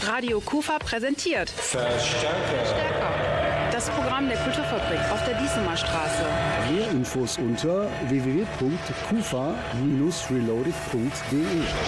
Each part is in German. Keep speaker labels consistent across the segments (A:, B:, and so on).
A: Radio Kufa präsentiert Verstärker. Das Programm der Kulturfabrik auf der Diesemer Straße.
B: Mehr Infos unter www.kufa-reloaded.de.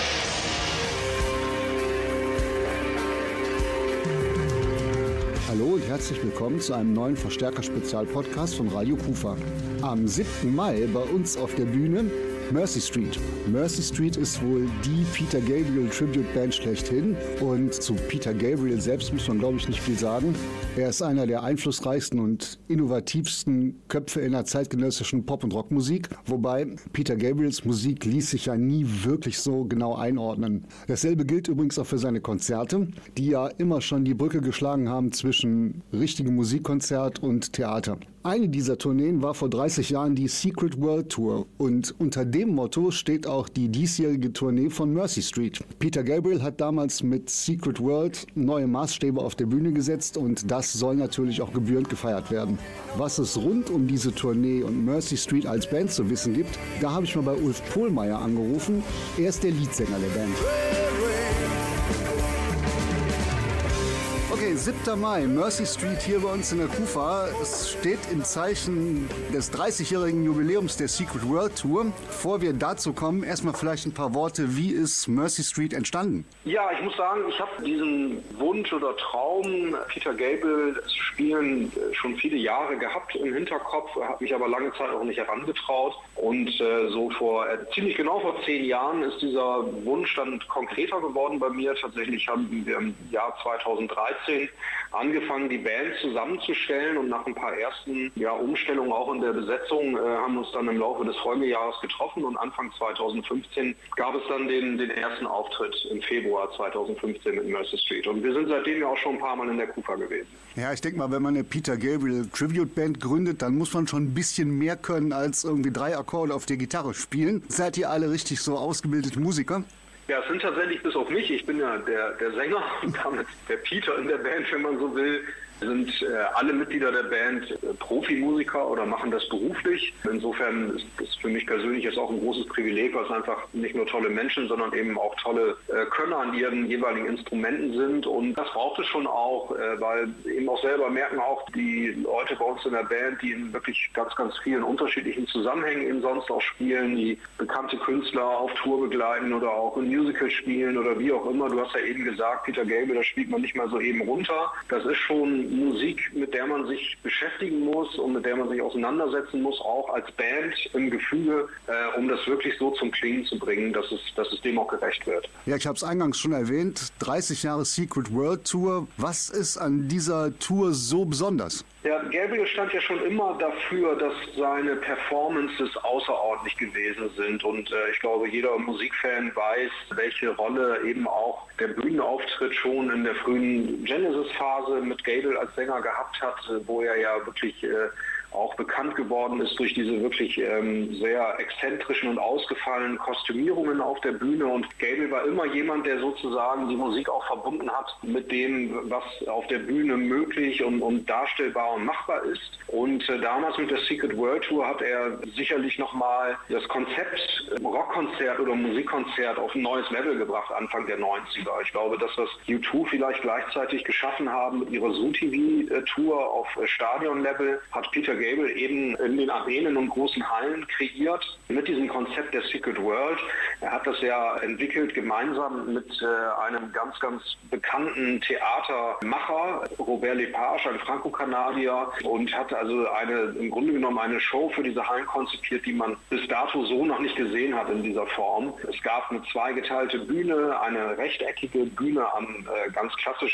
B: Hallo und herzlich willkommen zu einem neuen Verstärker-Spezial-Podcast von Radio Kufa. Am 7. Mai bei uns auf der Bühne Mercy Street. Mercy Street ist wohl die Peter Gabriel Tribute Band schlechthin. Und zu Peter Gabriel selbst muss man, glaube ich, nicht viel sagen. Er ist einer der einflussreichsten und innovativsten Köpfe in der zeitgenössischen Pop- und Rockmusik. Wobei Peter Gabriels Musik ließ sich ja nie wirklich so genau einordnen. Dasselbe gilt übrigens auch für seine Konzerte, die ja immer schon die Brücke geschlagen haben zwischen richtigem Musikkonzert und Theater. Eine dieser Tourneen war vor 30 Jahren die Secret World Tour und unter dem Motto steht auch die diesjährige Tournee von Mercy Street. Peter Gabriel hat damals mit Secret World neue Maßstäbe auf der Bühne gesetzt und das soll natürlich auch gebührend gefeiert werden. Was es rund um diese Tournee und Mercy Street als Band zu wissen gibt, da habe ich mal bei Ulf Pohlmeier angerufen. Er ist der Leadsänger der Band. Okay, 7. Mai, Mercy Street hier bei uns in der Kufa. Es steht im Zeichen des 30-jährigen Jubiläums der Secret World Tour. Bevor wir dazu kommen, erstmal vielleicht ein paar Worte. Wie ist Mercy Street entstanden?
C: Ja, ich muss sagen, ich habe diesen Wunsch oder Traum, Peter Gabriel zu spielen, schon viele Jahre gehabt im Hinterkopf, habe mich aber lange Zeit auch nicht herangetraut. Und ziemlich genau vor 10 Jahren ist dieser Wunsch dann konkreter geworden bei mir. Tatsächlich haben wir im Jahr 2013 angefangen, die Band zusammenzustellen und nach ein paar ersten Umstellungen auch in der Besetzung haben wir uns dann im Laufe des Folgejahres getroffen und Anfang 2015 gab es dann den ersten Auftritt im Februar 2015 mit Mercy Street und wir sind seitdem ja auch schon ein paar Mal in der Kufa gewesen.
B: Ja, ich denke mal, wenn man eine Peter Gabriel Tribute Band gründet, dann muss man schon ein bisschen mehr können als irgendwie 3 Akkorde auf der Gitarre spielen. Seid ihr alle richtig so ausgebildete Musiker?
C: Ja, es sind tatsächlich bis auf mich, ich bin ja der Sänger und damit der Peter in der Band, wenn man so will, sind alle Mitglieder der Band Profimusiker oder machen das beruflich. Insofern ist das für mich persönlich jetzt auch ein großes Privileg, weil es einfach nicht nur tolle Menschen, sondern eben auch tolle Könner an ihren jeweiligen Instrumenten sind. Und das braucht es schon auch, weil eben auch selber merken auch die Leute bei uns in der Band, die in wirklich ganz, ganz vielen unterschiedlichen Zusammenhängen eben sonst auch spielen, die bekannte Künstler auf Tour begleiten oder auch in Musical spielen oder wie auch immer. Du hast ja eben gesagt, Peter Gabriel, das spielt man nicht mal so eben runter. Das ist schon Musik, mit der man sich beschäftigen muss und mit der man sich auseinandersetzen muss, auch als Band im Gefüge, um das wirklich so zum Klingen zu bringen, dass es dem auch gerecht wird.
B: Ja, ich habe es eingangs schon erwähnt, 30 Jahre Secret World Tour. Was ist an dieser Tour so besonders?
C: Ja, Gabriel stand ja schon immer dafür, dass seine Performances außerordentlich gewesen sind und ich glaube, jeder Musikfan weiß, welche Rolle eben auch der Bühnenauftritt schon in der frühen Genesis-Phase mit Gabriel als Sänger gehabt hat, wo er ja wirklich auch bekannt geworden ist durch diese wirklich sehr exzentrischen und ausgefallenen Kostümierungen auf der Bühne. Und Gabriel war immer jemand, der sozusagen die Musik auch verbunden hat mit dem, was auf der Bühne möglich und darstellbar und machbar ist. Und damals mit der Secret World Tour hat er sicherlich nochmal das Konzept Rockkonzert oder Musikkonzert auf ein neues Level gebracht, Anfang der 90er. Ich glaube, das, was U2 vielleicht gleichzeitig geschaffen haben mit ihrer Zoo-TV-Tour auf Stadion-Level, hat Peter Gabriel eben in den Arenen und großen Hallen kreiert mit diesem Konzept der Secret World. Er hat das ja entwickelt gemeinsam mit einem ganz, ganz bekannten Theatermacher, Robert Lepage, ein Franco-Kanadier, und hat also im Grunde genommen eine Show für diese Hallen konzipiert, die man bis dato so noch nicht gesehen hat in dieser Form. Es gab eine zweigeteilte Bühne, eine rechteckige Bühne ganz klassisch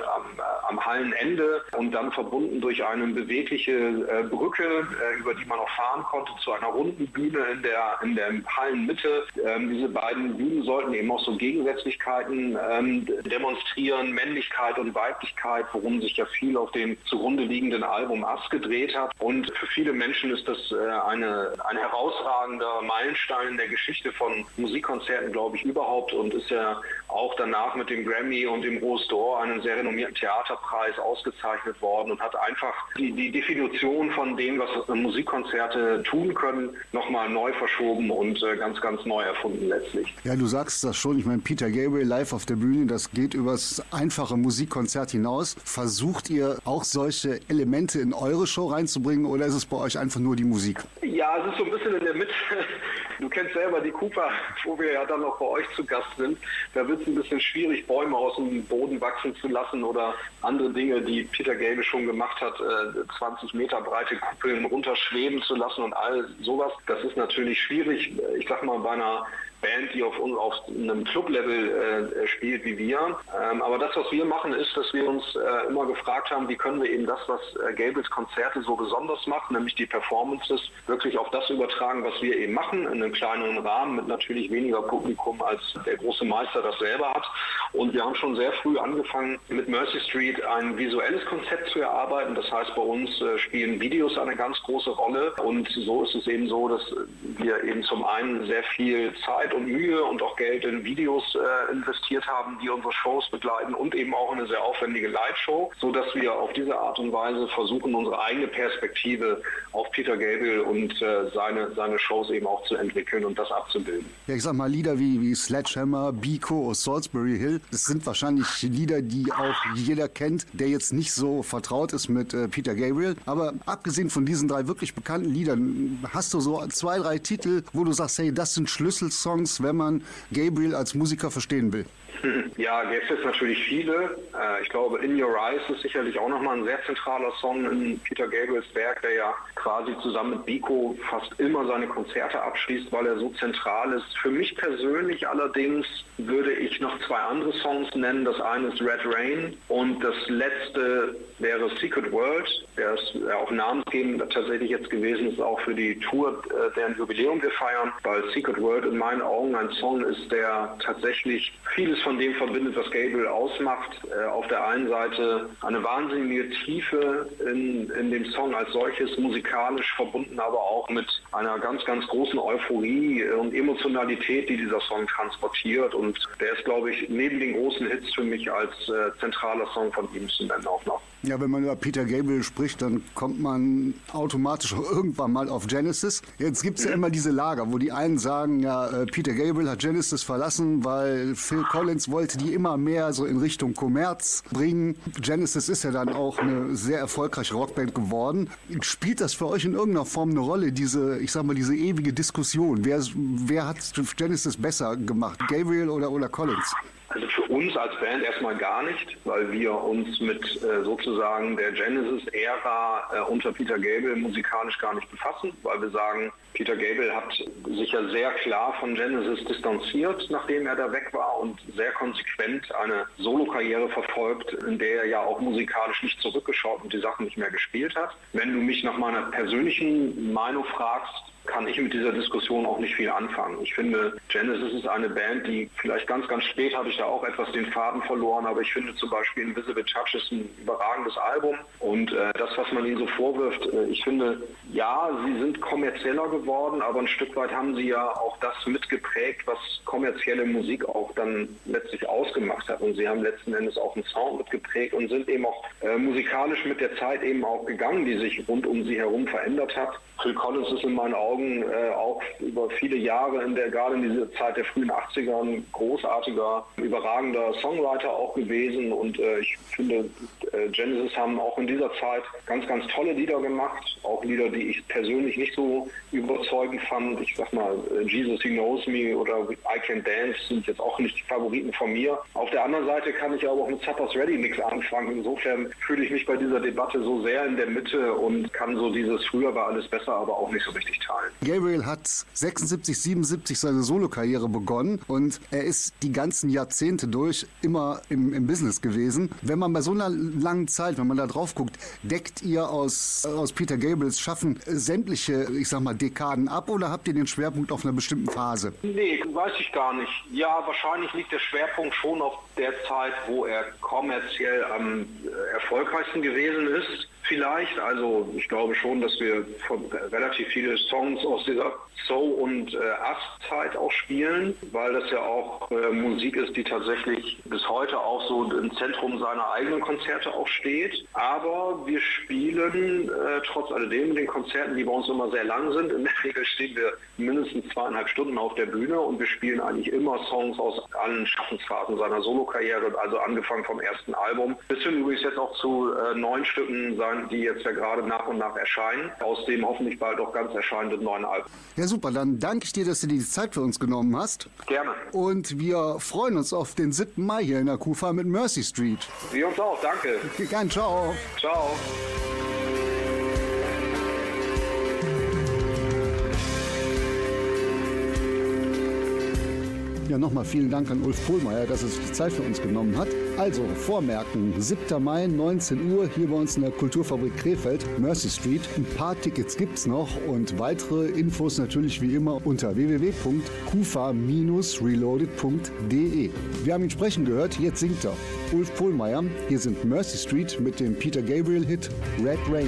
C: am Hallenende und dann verbunden durch eine bewegliche Brücke, über die man auch fahren konnte, zu einer runden Bühne in der Hallenmitte. Diese beiden Bühnen sollten eben auch so Gegensätzlichkeiten demonstrieren, Männlichkeit und Weiblichkeit, worum sich ja viel auf dem zugrunde liegenden Album Ass gedreht hat. Und für viele Menschen ist das ein herausragender Meilenstein in der Geschichte von Musikkonzerten, glaube ich, überhaupt, und ist ja auch danach mit dem Grammy und dem Rose d'Or, einem sehr renommierten Theaterpreis, ausgezeichnet worden und hat einfach die Definition von von dem, was Musikkonzerte tun können, nochmal neu verschoben und ganz, ganz neu erfunden letztlich.
B: Ja, du sagst das schon. Ich meine, Peter Gabriel live auf der Bühne, das geht übers einfache Musikkonzert hinaus. Versucht ihr auch solche Elemente in eure Show reinzubringen oder ist es bei euch einfach nur die Musik?
C: Ja, es ist so ein bisschen in der Mitte. Du kennst selber die Cooper, wo wir ja dann noch bei euch zu Gast sind. Da wird es ein bisschen schwierig, Bäume aus dem Boden wachsen zu lassen oder andere Dinge, die Peter Gabriel schon gemacht hat, 20 Meter breite Kuppeln runterschweben zu lassen und all sowas. Das ist natürlich schwierig. Ich sag mal, bei einer Band, die auf einem Club-Level spielt wie wir. Aber das, was wir machen, ist, dass wir uns immer gefragt haben, wie können wir eben das, was Gabriels Konzerte so besonders macht, nämlich die Performances, wirklich auf das übertragen, was wir eben machen, in einem kleineren Rahmen mit natürlich weniger Publikum, als der große Meister das selber hat. Und wir haben schon sehr früh angefangen, mit Mercy Street ein visuelles Konzept zu erarbeiten. Das heißt, bei uns spielen Videos eine ganz große Rolle. Und so ist es eben so, dass wir eben zum einen sehr viel Zeit und Mühe und auch Geld in Videos investiert haben, die unsere Shows begleiten und eben auch eine sehr aufwendige Live-Show, sodass wir auf diese Art und Weise versuchen, unsere eigene Perspektive auf Peter Gabriel und seine Shows eben auch zu entwickeln und das abzubilden.
B: Ja, ich sag mal, Lieder wie Sledgehammer, Biko, Salisbury Hill, das sind wahrscheinlich Lieder, die auch jeder kennt, der jetzt nicht so vertraut ist mit Peter Gabriel. Aber abgesehen von diesen 3 wirklich bekannten Liedern, hast du so 2, 3 Titel, wo du sagst, hey, das sind Schlüsselsongs, wenn man Gabriel als Musiker verstehen will?
C: Ja, gäbe es natürlich viele. Ich glaube, In Your Eyes ist sicherlich auch nochmal ein sehr zentraler Song in Peter Gabriels Werk, der ja quasi zusammen mit Biko fast immer seine Konzerte abschließt, weil er so zentral ist. Für mich persönlich allerdings würde ich noch 2 andere Songs nennen. Das eine ist Red Rain und das letzte wäre Secret World. Der ist auch namensgebend tatsächlich jetzt gewesen, ist auch für die Tour, deren Jubiläum wir feiern, weil Secret World in meinen Augen ein Song ist, der tatsächlich vieles von dem verbindet, was Gabriel ausmacht. Auf der einen Seite eine wahnsinnige Tiefe in dem Song als solches, musikalisch verbunden, aber auch mit einer ganz, ganz großen Euphorie und Emotionalität, die dieser Song transportiert. Und der ist, glaube ich, neben den großen Hits für mich als zentraler Song von ihm zu nennen auch noch.
B: Ja, wenn man über Peter Gabriel spricht, dann kommt man automatisch irgendwann mal auf Genesis. Jetzt gibt es ja immer diese Lager, wo die einen sagen, ja, Peter Gabriel hat Genesis verlassen, weil Phil Collins wollte die immer mehr so in Richtung Kommerz bringen. Genesis ist ja dann auch eine sehr erfolgreiche Rockband geworden. Spielt das für euch in irgendeiner Form eine Rolle, diese ewige Diskussion? Wer hat Genesis besser gemacht, Gabriel oder Collins?
C: Also für uns als Band erstmal gar nicht, weil wir uns mit sozusagen der Genesis-Ära unter Peter Gabriel musikalisch gar nicht befassen, weil wir sagen, Peter Gabriel hat sich ja sehr klar von Genesis distanziert, nachdem er da weg war und sehr konsequent eine Solokarriere verfolgt, in der er ja auch musikalisch nicht zurückgeschaut und die Sachen nicht mehr gespielt hat. Wenn du mich nach meiner persönlichen Meinung fragst, kann ich mit dieser Diskussion auch nicht viel anfangen. Ich finde, Genesis ist eine Band, die vielleicht ganz, ganz spät habe ich da auch etwas den Faden verloren, aber ich finde zum Beispiel Invisible Touch ist ein überragendes Album und das, was man ihnen so vorwirft, ich finde, ja, sie sind kommerzieller geworden, aber ein Stück weit haben sie ja auch das mitgeprägt, was kommerzielle Musik auch dann letztlich ausgemacht hat und sie haben letzten Endes auch einen Sound mitgeprägt und sind eben auch musikalisch mit der Zeit eben auch gegangen, die sich rund um sie herum verändert hat. Phil Collins ist in meinen Augen auch über viele Jahre, gerade in dieser Zeit der frühen 80er, ein großartiger, überragender Songwriter auch gewesen. Und ich finde, Genesis haben auch in dieser Zeit ganz, ganz tolle Lieder gemacht. Auch Lieder, die ich persönlich nicht so überzeugend fand. Ich sag mal, Jesus He Knows Me oder I Can Dance sind jetzt auch nicht die Favoriten von mir. Auf der anderen Seite kann ich aber auch mit Supper's Ready nichts anfangen. Insofern fühle ich mich bei dieser Debatte so sehr in der Mitte und kann so dieses früher war alles besser, aber auch nicht so richtig teilen.
B: Gabriel hat 76, 77 seine Solokarriere begonnen und er ist die ganzen Jahrzehnte durch immer im Business gewesen. Wenn man bei so einer langen Zeit, wenn man da drauf guckt, deckt ihr aus Peter Gabriels Schaffen sämtliche, ich sag mal, Dekaden ab oder habt ihr den Schwerpunkt auf einer bestimmten Phase?
C: Nee, weiß ich gar nicht. Ja, wahrscheinlich liegt der Schwerpunkt schon auf der Zeit, wo er kommerziell am erfolgreichsten gewesen ist. Vielleicht, also ich glaube schon, dass wir relativ viele Songs aus dieser Soul- und Us-Zeit auch spielen, weil das ja auch Musik ist, die tatsächlich bis heute auch so im Zentrum seiner eigenen Konzerte auch steht. Aber wir spielen trotz alledem in den Konzerten, die bei uns immer sehr lang sind. In der Regel stehen wir mindestens 2,5 Stunden auf der Bühne und wir spielen eigentlich immer Songs aus allen Schaffensphasen seiner Solokarriere, also angefangen vom ersten Album, bis hin übrigens jetzt auch zu 9 Stücken sein, die jetzt ja gerade nach und nach erscheinen, aus dem hoffentlich bald auch ganz erscheinenden neuen Album.
B: Ja, super. Dann danke ich dir, dass du dir die Zeit für uns genommen hast.
C: Gerne.
B: Und wir freuen uns auf den 7. Mai hier in der Kufa mit Mercy Street.
C: Wir uns auch. Danke.
B: Gern. Ciao.
C: Ciao.
B: Ja, nochmal vielen Dank an Ulf Pohlmeier, dass er sich die Zeit für uns genommen hat. Also, vormerken, 7. Mai, 19 Uhr, hier bei uns in der Kulturfabrik Krefeld, Mercy Street. Ein paar Tickets gibt's noch und weitere Infos natürlich wie immer unter www.kufa-reloaded.de. Wir haben ihn sprechen gehört, jetzt singt er. Ulf Pohlmeier, hier sind Mercy Street mit dem Peter Gabriel-Hit Red Rain.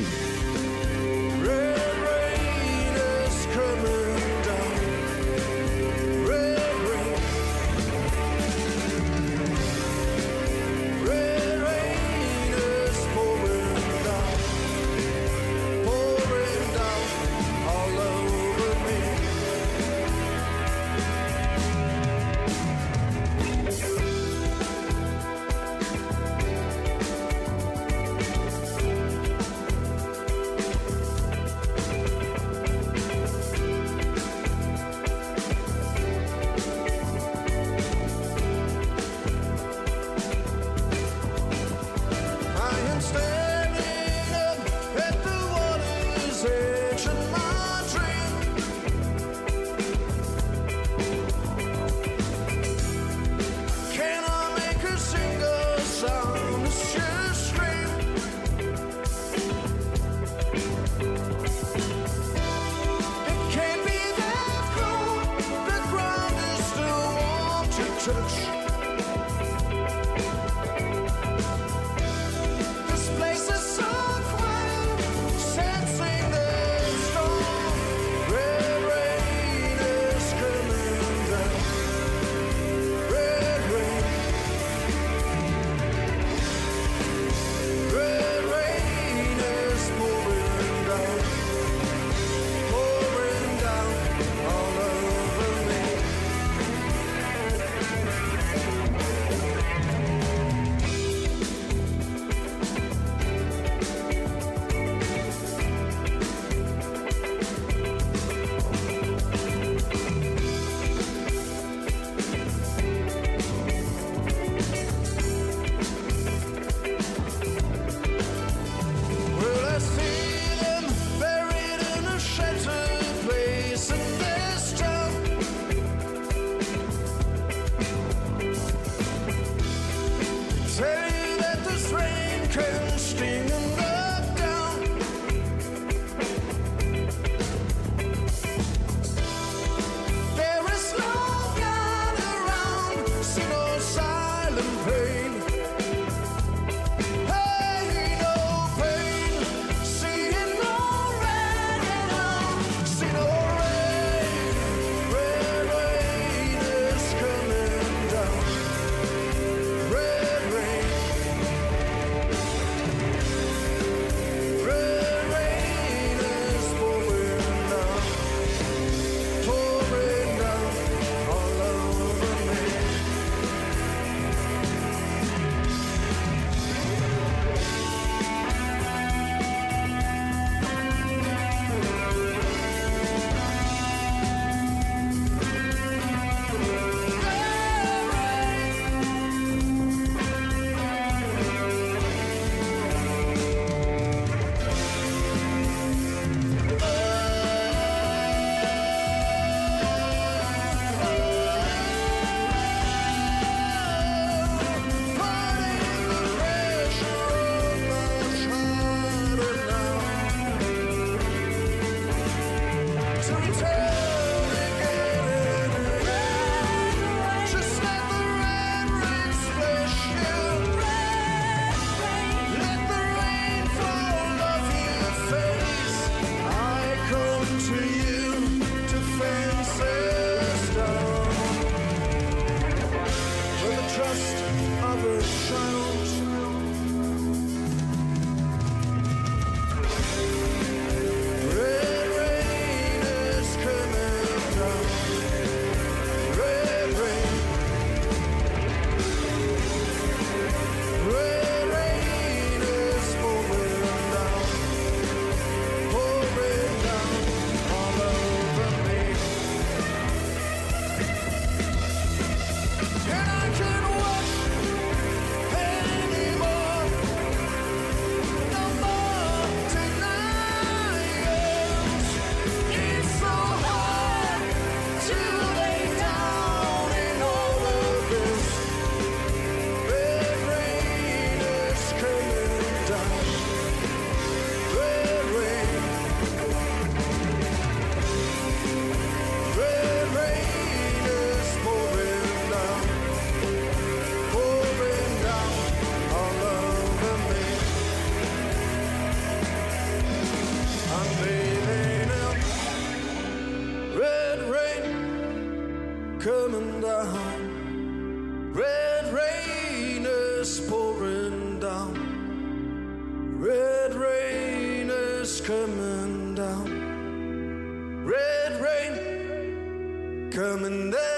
D: coming down. Red rain coming down.